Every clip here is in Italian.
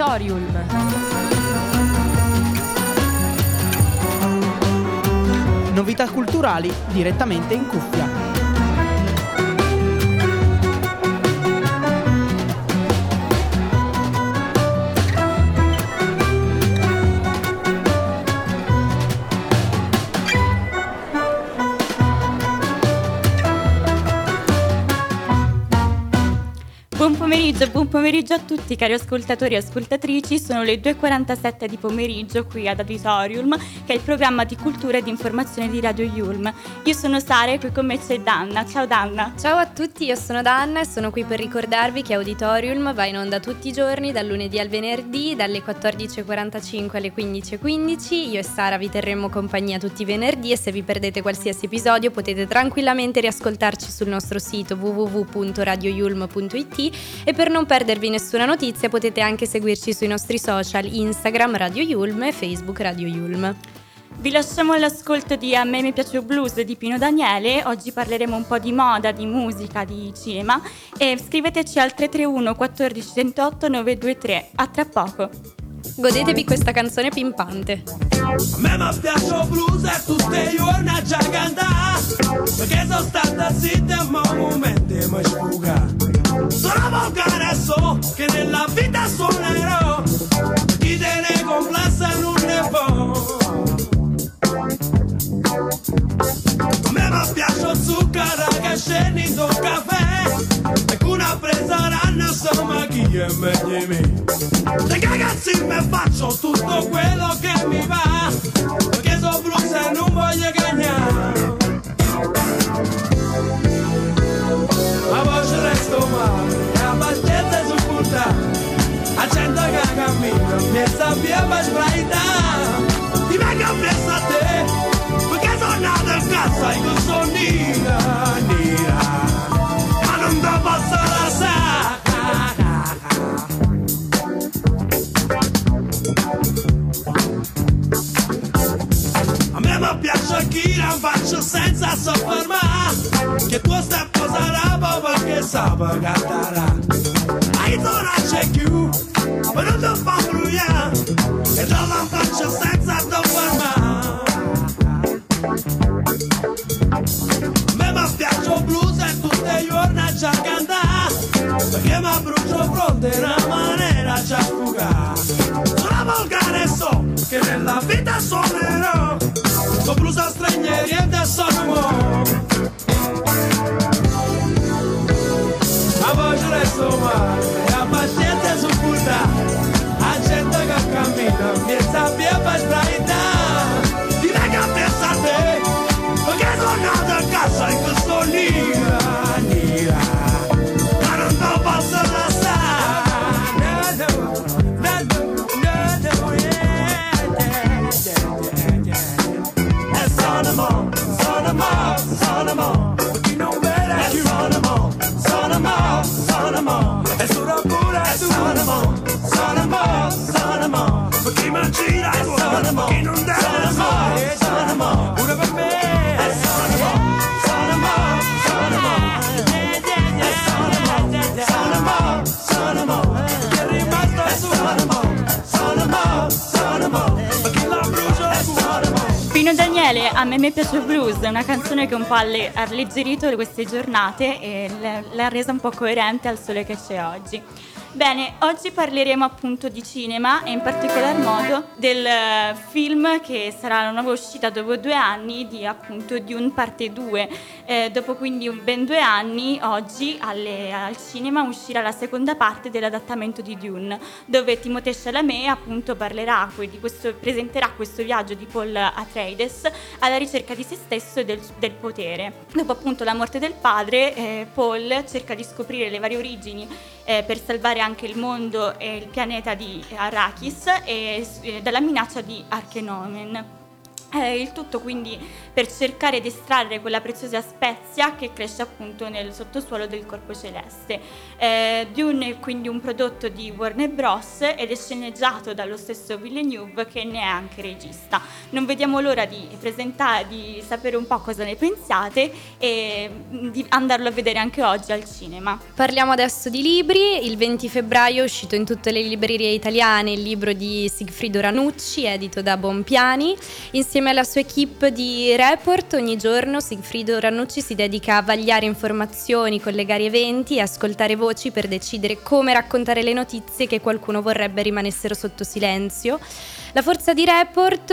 Auditorium. Novità culturali direttamente in cuffia. Buon pomeriggio a tutti cari ascoltatori e ascoltatrici, sono le 2.47 di pomeriggio qui ad Auditorium, che è il programma di cultura e di informazione di Radio Yulm. Io sono Sara e qui con me c'è Danna. Ciao Danna. Ciao a tutti, io sono Danna e sono qui per ricordarvi che Auditorium va in onda tutti i giorni, dal lunedì al venerdì, dalle 14.45 alle 15.15. Io e Sara vi terremo compagnia tutti i venerdì e se vi perdete qualsiasi episodio potete tranquillamente riascoltarci sul nostro sito www.radioyulm.it. E per non perdervi nessuna notizia potete anche seguirci sui nostri social Instagram Radio Yulm e Facebook Radio Yulm. Vi lasciamo all'ascolto di A me mi piace il blues di Pino Daniele. Oggi parleremo un po' di moda, di musica, di cinema e scriveteci al 331 14 38 923. A tra poco. Godetevi questa canzone pimpante. A me mi piace il blues e tutti i giorni a già cantare, perché sono stata zitta ma un momento mi sfuga. Sono volgare so che nella vita suonerò, chi te ne complessa non ne può. A me mi piace il zucchero che scende in un caffè, e con una presa ranno insomma chi è meglio di me. Se ragazzi mi faccio tutto quello che mi va, perché sono blues e non voglio cagnare. Ma voce resto male, e a pazienza su punta, a gente che cammina, mi sappia per sbraitare. Ti vengo presso a te, perché sono nato in casa e con sono nera, ma non ti posso lasciare. A me mi piace chi non faccio senza soffermare, che tu stai posando perché sape cantare. Ma io non c'è più, ma non ti fa bruciare, e non la faccio senza soffermare. A me mi piace il blues e tutti i giorni a già cantare, perché mi brucio fronte in una maniera già fugare. Sono volgare so che nella vita suonerò, con blues a stranieri e da sono. A voce resto male, e a pazienza su punta, a gente che cammina, mi sappia per sbraitare. Ti vengo a pensare a te, perché sono nato a casa in questo nera, ma non te posso lasciare. E sono mo, chi non vede più. Sono mo, e sono pure tu. Sono mo, per chi mi gira tu, per chi non deve fare. Sono mo, pure per me. Sono mo, che è rimasto su. Sono mo, per chi la brucia tu. Pino Daniele, A me mi piace il blues, è una canzone che un po' ha alleggerito queste giornate e l'ha resa un po' coerente al sole che c'è oggi. Bene, oggi parleremo appunto di cinema e in particolar modo del film che sarà la nuova uscita dopo 2 anni di appunto Dune parte 2. Dopo quindi ben 2 anni, oggi al cinema uscirà la seconda parte dell'adattamento di Dune, dove Timothée Chalamet appunto presenterà questo viaggio di Paul Atreides alla ricerca di se stesso e del potere. Dopo appunto la morte del padre, Paul cerca di scoprire le varie origini per salvare anche il mondo e il pianeta di Arrakis e dalla minaccia di Archenomen. Il tutto quindi per cercare di estrarre quella preziosa spezia che cresce appunto nel sottosuolo del corpo celeste. Dune è quindi un prodotto di Warner Bros. Ed è sceneggiato dallo stesso Villeneuve, che ne è anche regista. Non vediamo l'ora di sapere un po' cosa ne pensiate e di andarlo a vedere anche oggi al cinema. Parliamo adesso di libri. Il 20 febbraio è uscito in tutte le librerie italiane il libro di Sigfrido Ranucci, edito da Bompiani. Insieme alla sua equipe di Report, ogni giorno Sigfrido Ranucci si dedica a vagliare informazioni, collegare eventi e ascoltare voci per decidere come raccontare le notizie che qualcuno vorrebbe rimanessero sotto silenzio. La forza di Report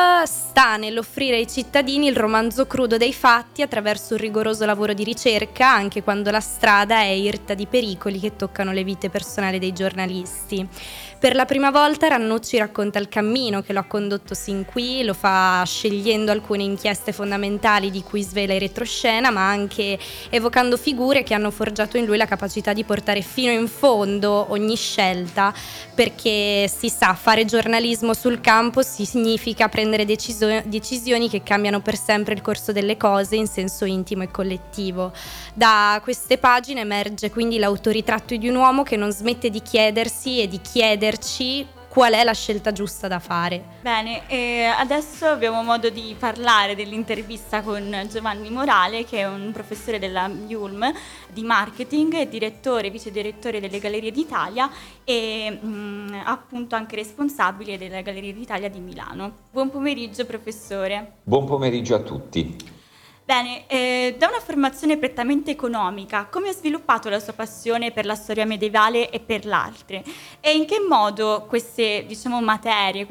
sta nell'offrire ai cittadini il romanzo crudo dei fatti attraverso un rigoroso lavoro di ricerca, anche quando la strada è irta di pericoli che toccano le vite personali dei giornalisti. Per la prima volta Ranucci racconta il cammino che lo ha condotto sin qui, lo fa scegliendo alcune inchieste fondamentali di cui svela in retroscena, ma anche evocando figure che hanno forgiato in lui la capacità di portare fino in fondo ogni scelta, perché si sa, fare giornalismo sul campo significa prendere decisioni che cambiano per sempre il corso delle cose in senso intimo e collettivo. Da queste pagine emerge quindi l'autoritratto di un uomo che non smette di chiedersi e di chiederci qual è la scelta giusta da fare. Bene, adesso abbiamo modo di parlare dell'intervista con Giovanni Morale, che è un professore della ULM di marketing, vice direttore delle Gallerie d'Italia e appunto anche responsabile delle Gallerie d'Italia di Milano. Buon pomeriggio, professore. Buon pomeriggio a tutti. Bene, da una formazione prettamente economica, come ha sviluppato la sua passione per la storia medievale e per l'arte? E in che modo queste, materie,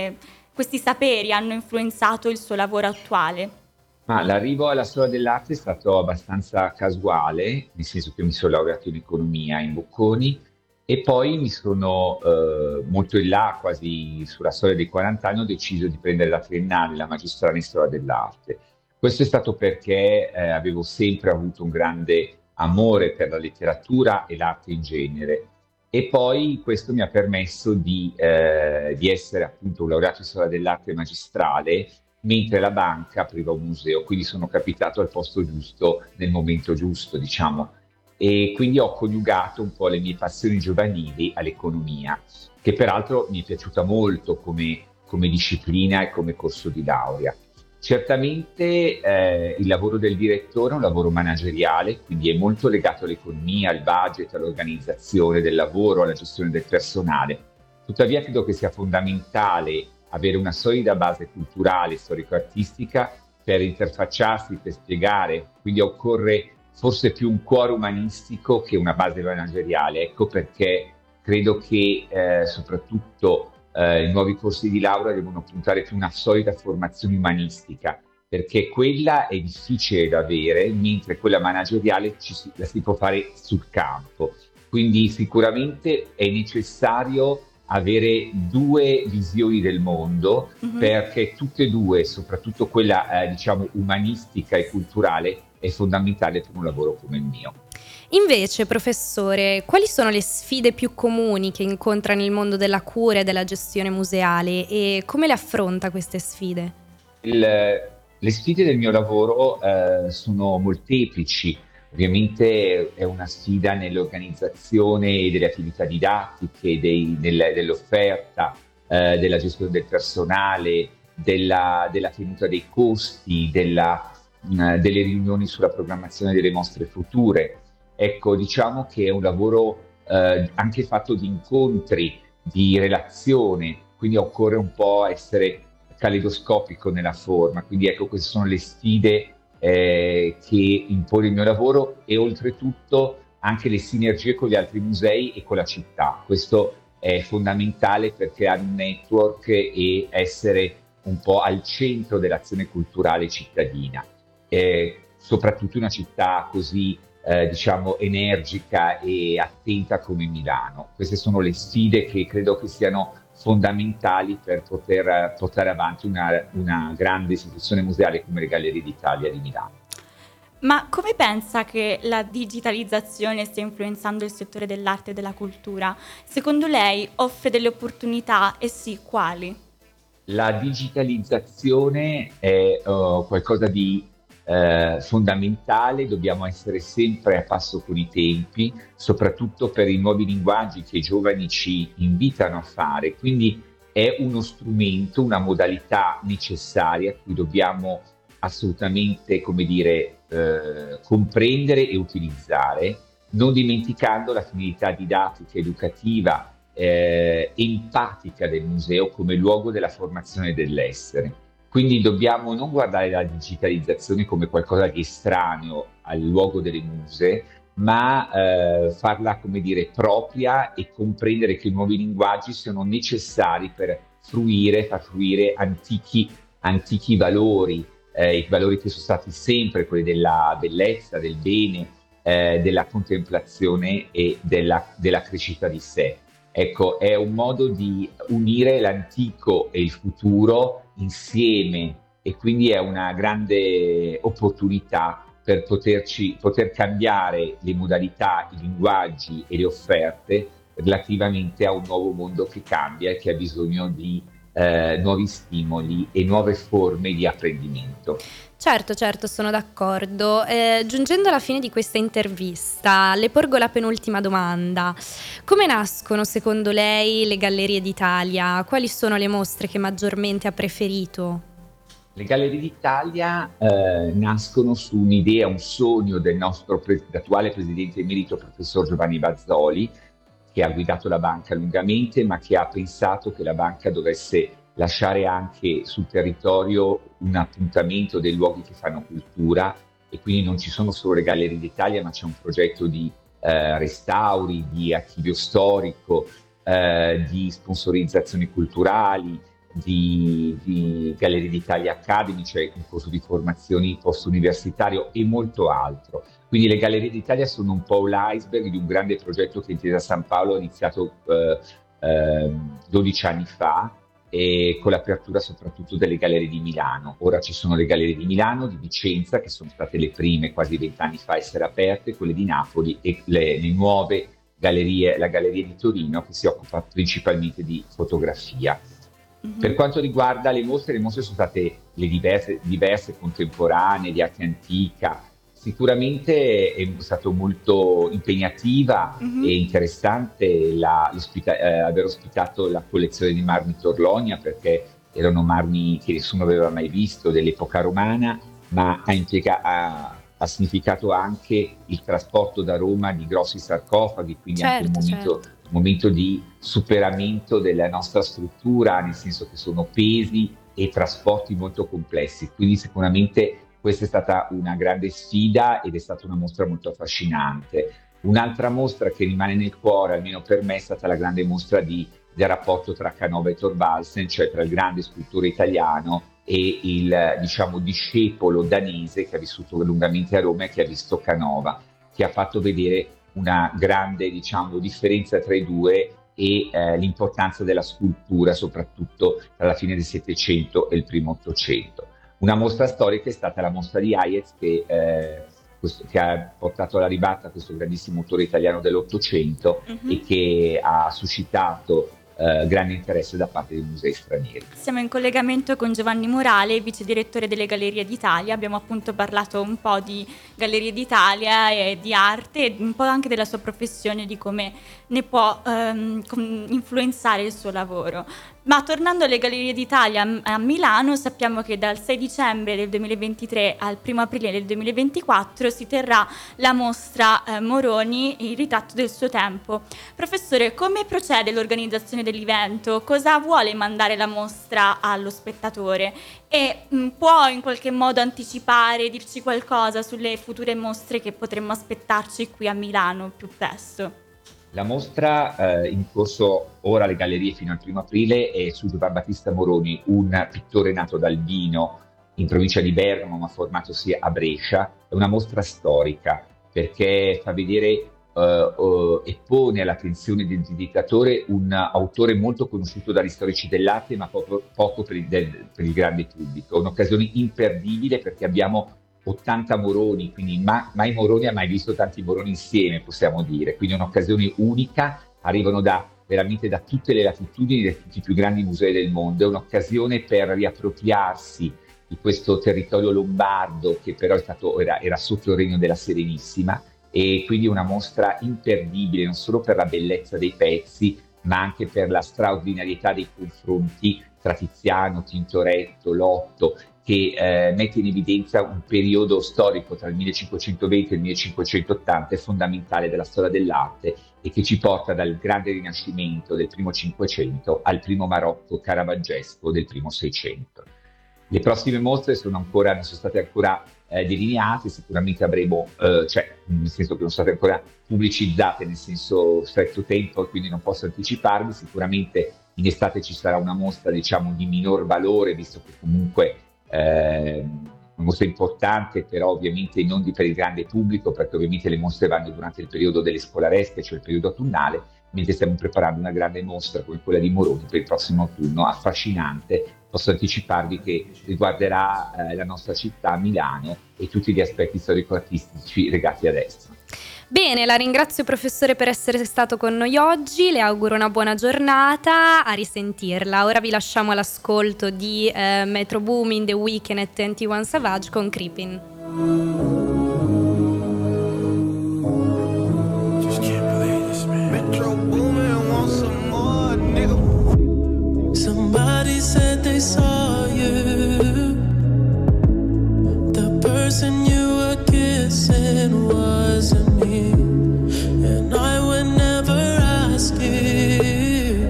questi saperi hanno influenzato il suo lavoro attuale? Ma l'arrivo alla storia dell'arte è stato abbastanza casuale, nel senso che mi sono laureato in economia in Bocconi e poi mi sono molto in là, quasi sulla storia dei 40 anni, ho deciso di prendere la triennale, la magistrale in storia dell'arte. Questo è stato perché avevo sempre avuto un grande amore per la letteratura e l'arte in genere e poi questo mi ha permesso di essere appunto un laureato in storia dell'arte magistrale mentre la banca apriva un museo, quindi sono capitato al posto giusto nel momento giusto, diciamo, e quindi ho coniugato un po' le mie passioni giovanili all'economia, che peraltro mi è piaciuta molto come disciplina e come corso di laurea. Certamente il lavoro del direttore è un lavoro manageriale, quindi è molto legato all'economia, al budget, all'organizzazione del lavoro, alla gestione del personale. Tuttavia credo che sia fondamentale avere una solida base culturale, storico-artistica per interfacciarsi, per spiegare, quindi occorre forse più un cuore umanistico che una base manageriale. Ecco perché credo che soprattutto i nuovi corsi di laurea devono puntare più una solida formazione umanistica, perché quella è difficile da avere, mentre quella manageriale la si può fare sul campo. Quindi sicuramente è necessario avere due visioni del mondo, perché tutte e due, soprattutto quella umanistica e culturale, è fondamentale per un lavoro come il mio. Invece, professore, quali sono le sfide più comuni che incontra nel mondo della cura e della gestione museale e come le affronta queste sfide? Le sfide del mio lavoro sono molteplici. Ovviamente è una sfida nell'organizzazione delle attività didattiche, dell'offerta, della gestione del personale, della tenuta dei costi, delle riunioni sulla programmazione delle mostre future. Ecco, diciamo che è un lavoro anche fatto di incontri, di relazione, quindi occorre un po' essere caleidoscopico nella forma. Quindi ecco, queste sono le sfide che impone il mio lavoro e oltretutto anche le sinergie con gli altri musei e con la città. Questo è fondamentale per creare un network e essere un po' al centro dell'azione culturale cittadina, soprattutto in una città così energica e attenta come Milano. Queste sono le sfide che credo che siano fondamentali per poter portare avanti una grande istituzione museale come le Gallerie d'Italia di Milano. Ma come pensa che la digitalizzazione stia influenzando il settore dell'arte e della cultura? Secondo lei offre delle opportunità e sì, quali? La digitalizzazione è qualcosa di fondamentale, dobbiamo essere sempre a passo con i tempi, soprattutto per i nuovi linguaggi che i giovani ci invitano a fare. Quindi è uno strumento, una modalità necessaria a cui dobbiamo assolutamente, come dire, comprendere e utilizzare, non dimenticando la finalità didattica, educativa, empatica del museo come luogo della formazione dell'essere. Quindi dobbiamo non guardare la digitalizzazione come qualcosa di estraneo al luogo delle muse, ma farla, come dire, propria e comprendere che i nuovi linguaggi sono necessari per far fruire antichi valori, i valori che sono stati sempre quelli della bellezza, del bene, della contemplazione e della crescita di sé. Ecco, è un modo di unire l'antico e il futuro insieme e quindi è una grande opportunità per poter cambiare le modalità, i linguaggi e le offerte relativamente a un nuovo mondo che cambia e che ha bisogno di nuovi stimoli e nuove forme di apprendimento. Certo, certo, sono d'accordo. Giungendo alla fine di questa intervista, le porgo la penultima domanda. Come nascono, secondo lei, le Gallerie d'Italia? Quali sono le mostre che maggiormente ha preferito? Le Gallerie d'Italia nascono su un'idea, un sogno del nostro attuale presidente emerito, professor Giovanni Bazzoli, che ha guidato la banca lungamente, ma che ha pensato che la banca dovesse lasciare anche sul territorio un appuntamento dei luoghi che fanno cultura, e quindi non ci sono solo le Gallerie d'Italia, ma c'è un progetto di restauri, di archivio storico, di sponsorizzazioni culturali, di Gallerie d'Italia Academy, cioè un corso di formazioni post-universitario e molto altro. Quindi le Gallerie d'Italia sono un po' l'iceberg di un grande progetto che Intesa San Paolo ha iniziato 12 anni fa, e con l'apertura soprattutto delle gallerie di Milano. Ora ci sono le gallerie di Milano, di Vicenza, che sono state le prime quasi 20 anni fa a essere aperte, quelle di Napoli e le nuove gallerie, la Galleria di Torino, che si occupa principalmente di fotografia. Mhm. Per quanto riguarda le mostre sono state le diverse contemporanee, di arte antica. Sicuramente è stato molto impegnativa Mhm. e interessante aver ospitato la collezione di marmi Torlonia, perché erano marmi che nessuno aveva mai visto dell'epoca romana, ma ha significato anche il trasporto da Roma di grossi sarcofagi, quindi anche Certo, certo. un momento di superamento della nostra struttura, nel senso che sono pesi e trasporti molto complessi. Quindi sicuramente questa è stata una grande sfida ed è stata una mostra molto affascinante. Un'altra mostra che rimane nel cuore, almeno per me, è stata la grande mostra del rapporto tra Canova e Thorvaldsen, cioè tra il grande scultore italiano e il, diciamo, discepolo danese che ha vissuto lungamente a Roma e che ha visto Canova, che ha fatto vedere una grande, diciamo, differenza tra i due e l'importanza della scultura, soprattutto tra la fine del Settecento e il primo Ottocento. Una mostra storica è stata la mostra di Hayez che ha portato alla ribalta questo grandissimo autore italiano dell'Ottocento Mhm. e che ha suscitato grande interesse da parte dei musei stranieri. Siamo in collegamento con Giovanni Morale, vice direttore delle Gallerie d'Italia. Abbiamo appunto parlato un po' di Gallerie d'Italia e di arte e un po' anche della sua professione, di come ne può influenzare il suo lavoro. Ma tornando alle Gallerie d'Italia a Milano, sappiamo che dal 6 dicembre del 2023 al 1 aprile del 2024 si terrà la mostra Moroni, il ritratto del suo tempo. Professore, come procede l'organizzazione dell'evento? Cosa vuole mandare la mostra allo spettatore? E può in qualche modo anticipare, dirci qualcosa sulle future mostre che potremmo aspettarci qui a Milano più presto? La mostra in corso ora alle gallerie fino al 1 aprile è su Giovan Battista Moroni, un pittore nato ad Albino in provincia di Bergamo ma formatosi a Brescia. È una mostra storica perché fa vedere e pone all'attenzione del visitatore un autore molto conosciuto dagli storici dell'arte ma poco per il grande pubblico. Un'occasione imperdibile perché abbiamo 80 Moroni, quindi mai Moroni ha mai visto tanti Moroni insieme, possiamo dire, quindi è un'occasione unica. Arrivano da veramente da tutte le latitudini, da tutti i più grandi musei del mondo. È un'occasione per riappropriarsi di questo territorio lombardo che però era sotto il regno della Serenissima, e quindi una mostra imperdibile non solo per la bellezza dei pezzi, ma anche per la straordinarietà dei confronti tra Tiziano, Tintoretto, Lotto, che mette in evidenza un periodo storico tra il 1520 e il 1580 fondamentale della storia dell'arte, e che ci porta dal grande Rinascimento del primo Cinquecento al primo barocco caravaggesco del primo Seicento. Le prossime mostre non sono state ancora delineate, sicuramente avremo, nel senso che non sono state ancora pubblicizzate nel senso stretto tempo, e quindi non posso anticiparvi. Sicuramente in estate ci sarà una mostra, diciamo, di minor valore, visto che comunque una mostra importante, però ovviamente non per il grande pubblico, perché ovviamente le mostre vanno durante il periodo delle scolaresche, cioè il periodo autunnale, mentre stiamo preparando una grande mostra come quella di Moroni per il prossimo autunno, affascinante. Posso anticiparvi che riguarderà la nostra città, Milano, e tutti gli aspetti storico-artistici legati ad essa. Bene, la ringrazio professore per essere stato con noi oggi, le auguro una buona giornata, a risentirla. Ora vi lasciamo all'ascolto di Metro Boomin, The Weeknd e 21 Savage con Creepin'. Somebody said they saw you. The person you were kissing wasn't me, and I would never ask you.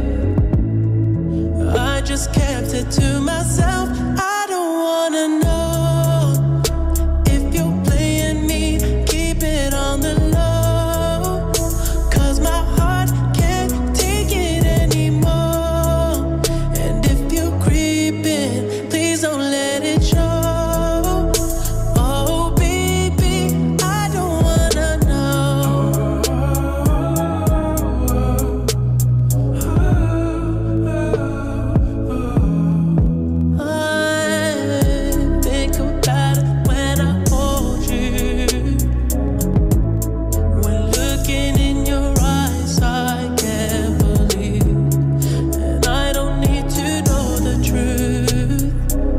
I just kept it to myself. I don't wanna know if you're playing me. Keep it on the low, 'cause my heart can't take it anymore. And if you're creeping, please don't let it show. Oh baby, I don't wanna know. I think about it when I hold you. When looking in your eyes, I can't believe, and I don't need to know the truth.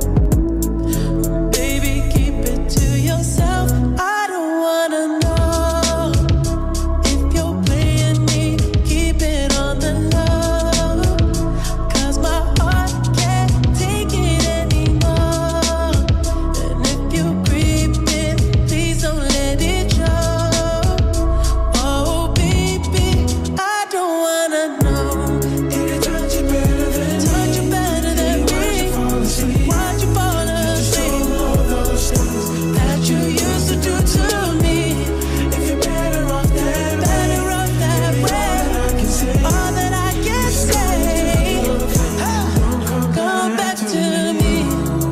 Baby, keep it to yourself. I don't wanna know if you're playing me. Keep it on the low, 'cause my heart can't take it anymore. And if you're creeping, please don't let it show. Oh baby, I don't wanna know. Did it touch you better than me? Why'd you fall asleep? All those things that you used to do to me. If you're better off that way, all that I can say, come back to me.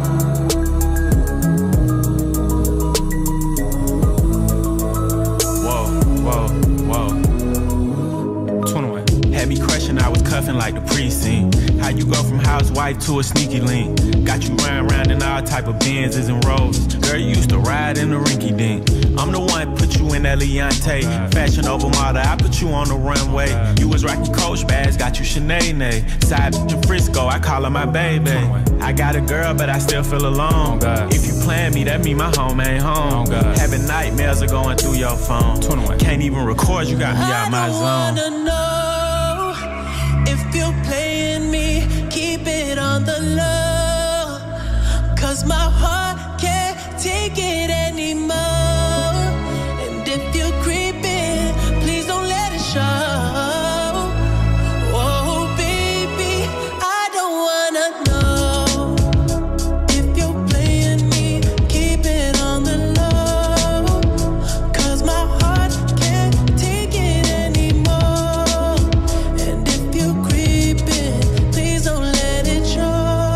Whoa. 21. Had me crushing, I was cuffing like the precinct. How you go from housewife to a sneaky link? Got you running around in all type of Benzes and Rolls. Girl, you used to ride in the rinky dink. I'm the one put you in that Leontay. Fashion over model, I put you on the runway. You was rocking Coach bags, got you Sinead. Side bitch in Frisco, I call her my baby. I got a girl, but I still feel alone. If you plan me, that mean my home ain't home. Having nightmares are going through your phone. Can't even record, you got me out my zone. I don't wanna know if you're playing me. Keep it on the low, 'cause my heart can't take it anymore. And if you're creeping, please don't let it show. Oh baby, I don't wanna know if you're playing me. Keep it on the low, 'cause my heart can't take it anymore. And if you're creeping, please don't let it show.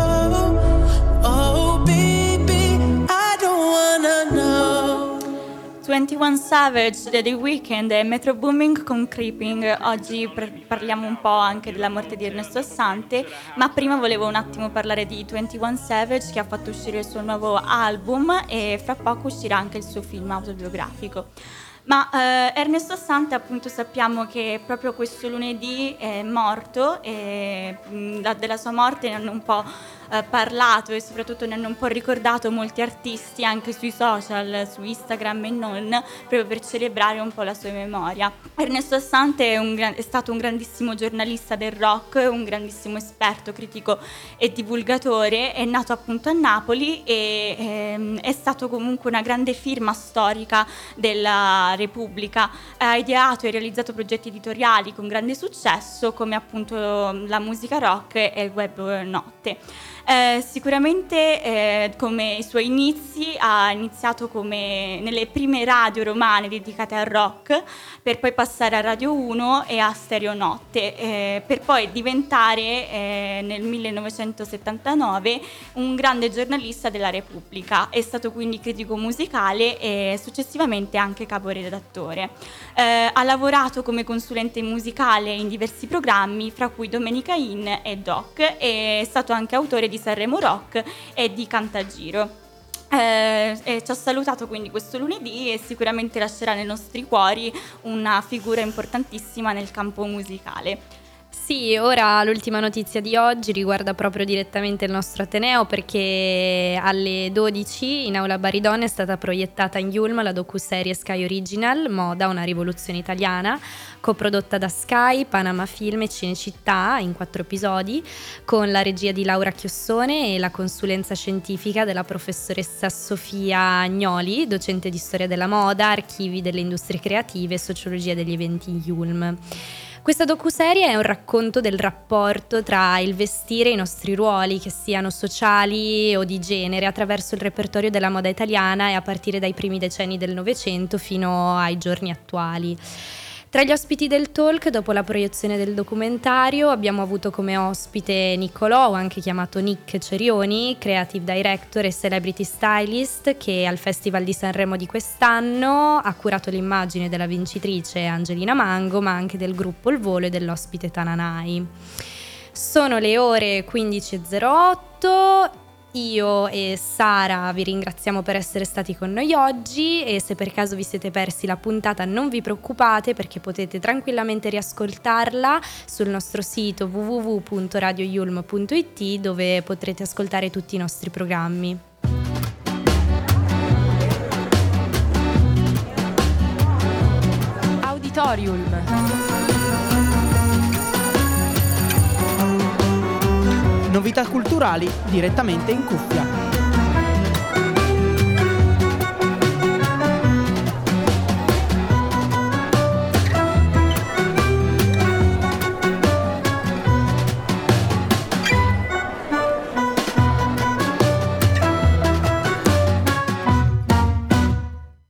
Oh baby, I don't wanna know. 21 Savage, The Weeknd e Metro Booming con Creeping. Oggi parliamo un po' anche della morte di Ernesto Assante, ma prima volevo un attimo parlare di 21 Savage, che ha fatto uscire il suo nuovo album e fra poco uscirà anche il suo film autobiografico. Ma Ernesto Assante, appunto, sappiamo che proprio questo lunedì è morto e della sua morte ne hanno un po' parlato e soprattutto ne hanno un po' ricordato molti artisti anche sui social, su Instagram e non, proprio per celebrare un po' la sua memoria. Ernesto Assante è stato un grandissimo giornalista del rock, un grandissimo esperto, critico e divulgatore, è nato appunto a Napoli e è stato comunque una grande firma storica della Repubblica. Ha ideato e realizzato progetti editoriali con grande successo come appunto la musica rock e il web notte. Sicuramente come i suoi inizi ha iniziato come nelle prime radio romane dedicate al rock, per poi passare a Radio 1 e a Stereo Notte, per poi diventare nel 1979 un grande giornalista della Repubblica. È stato quindi critico musicale e successivamente anche caporedattore. Ha lavorato come consulente musicale in diversi programmi, fra cui Domenica In e Doc, e è stato anche autore di Sanremo Rock e di Cantagiro. E ci ha salutato quindi questo lunedì e sicuramente lascerà nei nostri cuori una figura importantissima nel campo musicale. Sì, ora l'ultima notizia di oggi riguarda proprio direttamente il nostro Ateneo, perché alle 12 in Aula Baridon è stata proiettata in Yulm la docuserie Sky Original, Moda, una rivoluzione italiana, coprodotta da Sky, Panama Film e Cinecittà in 4 episodi, con la regia di Laura Chiossone e la consulenza scientifica della professoressa Sofia Agnoli, docente di storia della moda, archivi delle industrie creative e sociologia degli eventi in Yulm. Questa docuserie è un racconto del rapporto tra il vestire e i nostri ruoli, che siano sociali o di genere, attraverso il repertorio della moda italiana e a partire dai primi decenni del Novecento fino ai giorni attuali. Tra gli ospiti del talk, dopo la proiezione del documentario, abbiamo avuto come ospite Niccolò, anche chiamato Nick Cerioni, creative director e celebrity stylist, che al Festival di Sanremo di quest'anno ha curato l'immagine della vincitrice Angelina Mango, ma anche del gruppo Il Volo e dell'ospite Tananai. Sono le ore 15.08. Io e Sara vi ringraziamo per essere stati con noi oggi e se per caso vi siete persi la puntata non vi preoccupate, perché potete tranquillamente riascoltarla sul nostro sito www.radioyulm.it, dove potrete ascoltare tutti i nostri programmi. Auditorium. Novità culturali direttamente in cuffia.